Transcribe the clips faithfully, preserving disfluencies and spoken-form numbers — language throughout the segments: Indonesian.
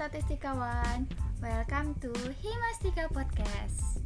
Statistikawan, welcome to Himastika Podcast.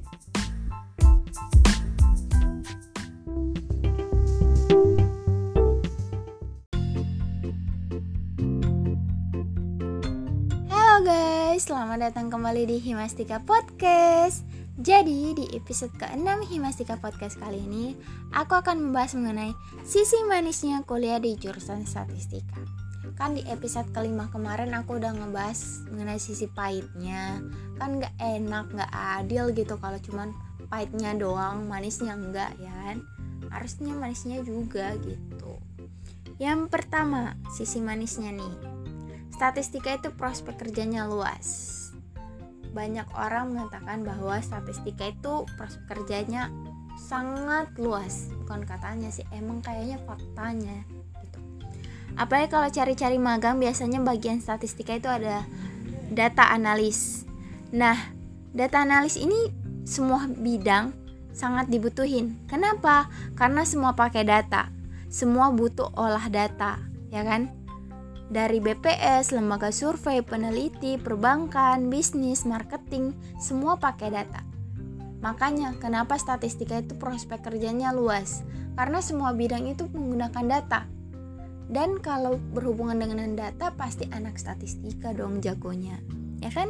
Halo guys, selamat datang kembali di Himastika Podcast. Jadi di episode keenam Himastika Podcast kali ini, aku akan membahas mengenai sisi manisnya kuliah di jurusan statistika. Kan di episode kelima kemarin aku udah ngebahas mengenai sisi pahitnya. Kan gak enak, gak adil gitu kalau cuman pahitnya doang, manisnya enggak ya kan. Harusnya manisnya juga gitu. Yang pertama, sisi manisnya nih, statistika itu prospek kerjanya luas. Banyak orang mengatakan bahwa statistika itu prospek kerjanya sangat luas. Bukan katanya sih, emang kayaknya faktanya gitu. Apalagi kalau cari-cari magang, biasanya bagian statistika itu ada data analis. Nah, data analis ini semua bidang sangat dibutuhin. Kenapa? Karena semua pakai data. Semua butuh olah data, ya kan? Dari B P S, lembaga survei, peneliti, perbankan, bisnis, marketing, semua pakai data. Makanya kenapa statistika itu prospek kerjanya luas, karena semua bidang itu menggunakan data. Dan kalau berhubungan dengan data, pasti anak statistika dong jagonya, ya kan?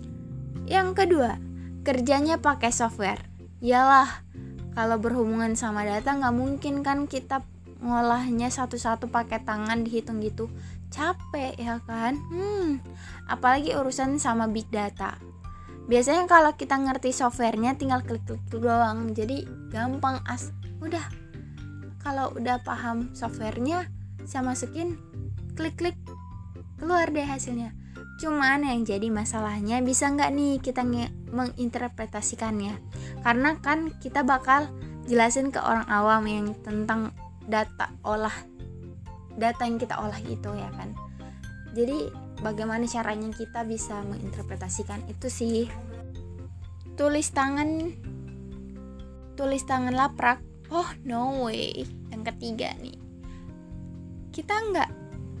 Yang kedua, kerjanya pakai software. Yalah, kalau berhubungan sama data nggak mungkin kan kita ngolahnya satu-satu pakai tangan dihitung gitu. Capek ya kan? Hmm, apalagi urusan sama big data. Biasanya kalau kita ngerti softwarenya tinggal klik-klik doang. Jadi gampang as. Udah. Kalau udah paham softwarenya, saya masukin, klik-klik, keluar deh hasilnya. Cuman yang jadi masalahnya bisa nggak nih kita nge- menginterpretasikannya? Karena kan kita bakal jelasin ke orang awam yang tentang data olah data yang kita olah itu ya kan. Jadi bagaimana caranya kita bisa menginterpretasikan itu sih. Tulis tangan tulis tangan laprak. Oh no way. Yang ketiga nih, kita nggak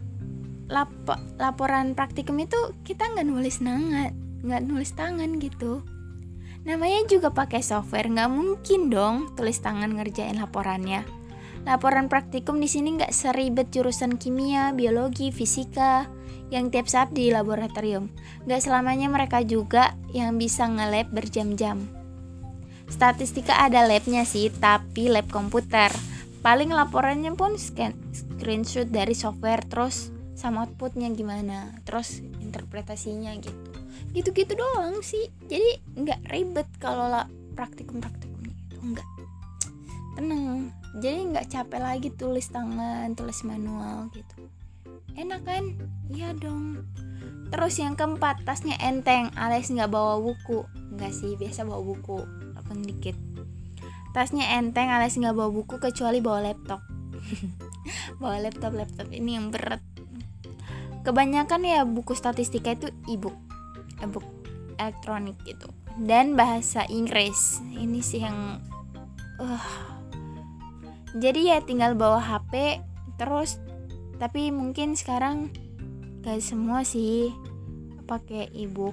lap- laporan praktikum itu kita nggak nulis nangan, nggak nulis tangan gitu. Namanya juga pakai software, nggak mungkin dong tulis tangan ngerjain laporannya. Laporan praktikum di sini nggak seribet jurusan kimia, biologi, fisika yang tiap saat di laboratorium. Nggak selamanya mereka juga yang bisa nge-lab berjam-jam. Statistika ada labnya sih, tapi lab komputer. Paling laporannya pun scan, screenshot dari software, terus sama outputnya gimana, terus interpretasinya gitu. Gitu-gitu doang sih. Jadi nggak ribet kalau lah praktikum-praktikumnya itu nggak. Tenang, jadi nggak capek lagi tulis tangan, tulis manual gitu. Enak kan? Iya dong. Terus yang keempat, tasnya enteng alias nggak bawa buku. Nggak sih, biasa bawa buku, walaupun dikit. Tasnya enteng alias nggak bawa buku kecuali bawa laptop. Bawa laptop, laptop ini yang berat. Kebanyakan ya buku statistika itu e-book, e-book elektronik gitu. Dan bahasa Inggris. Ini sih yang uh, jadi ya tinggal bawa H P terus, tapi mungkin sekarang gak semua sih pakai e-book.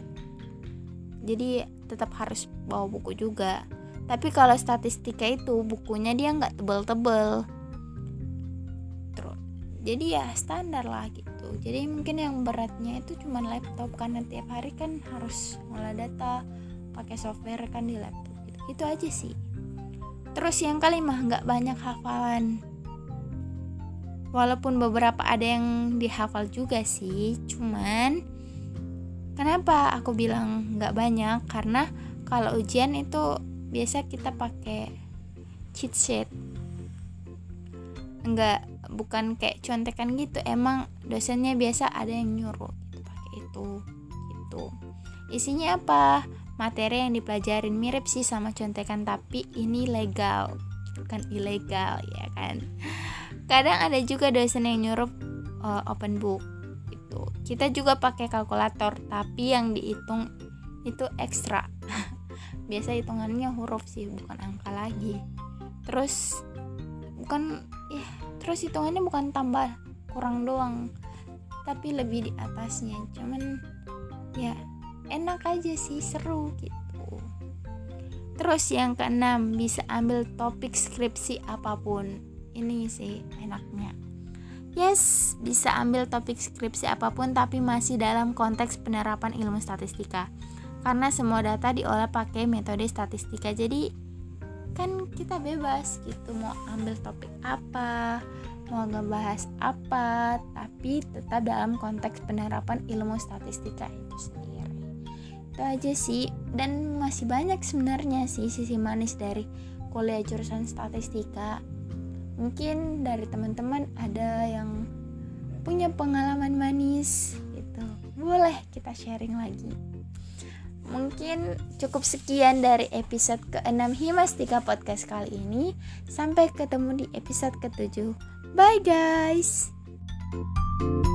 Jadi tetap harus bawa buku juga. Tapi kalau statistika itu bukunya dia nggak tebel-tebel. Terus, jadi ya standar lah gitu. Jadi mungkin yang beratnya itu cuma laptop, karena tiap hari kan harus ngolah data pakai software kan di laptop. Gitu, itu aja sih. Terus yang kelima, nggak banyak hafalan. Walaupun beberapa ada yang dihafal juga sih, cuman kenapa aku bilang nggak banyak? Karena kalau ujian itu biasa kita pakai cheat sheet. Enggak, bukan kayak contekan gitu. Emang dosennya biasa ada yang nyuruh gitu, pakai itu gitu. Isinya apa? Materi yang dipelajarin mirip sih sama contekan, tapi ini legal, bukan ilegal ya kan. Kadang ada juga dosen yang nyuruh uh, open book gitu. Kita juga pakai kalkulator, tapi yang dihitung itu ekstra. Biasa hitungannya huruf sih, bukan angka lagi. Terus bukan ya, terus hitungannya bukan tambah kurang doang, tapi lebih di atasnya. Cuman ya enak aja sih, seru gitu. Terus yang keenam, bisa ambil topik skripsi apapun. Ini sih enaknya. Yes, bisa ambil topik skripsi apapun tapi masih dalam konteks penerapan ilmu statistika. Karena semua data diolah pakai metode statistika. Jadi kan kita bebas gitu mau ambil topik apa, mau ngebahas apa, tapi tetap dalam konteks penerapan ilmu statistika itu sendiri. Itu aja sih, dan masih banyak sebenarnya sih sisi manis dari kuliah jurusan statistika. Mungkin dari teman-teman ada yang punya pengalaman manis gitu, boleh kita sharing lagi. Mungkin cukup sekian dari episode keenam Himastika Podcast kali ini. Sampai ketemu di episode ketujuh. Bye guys.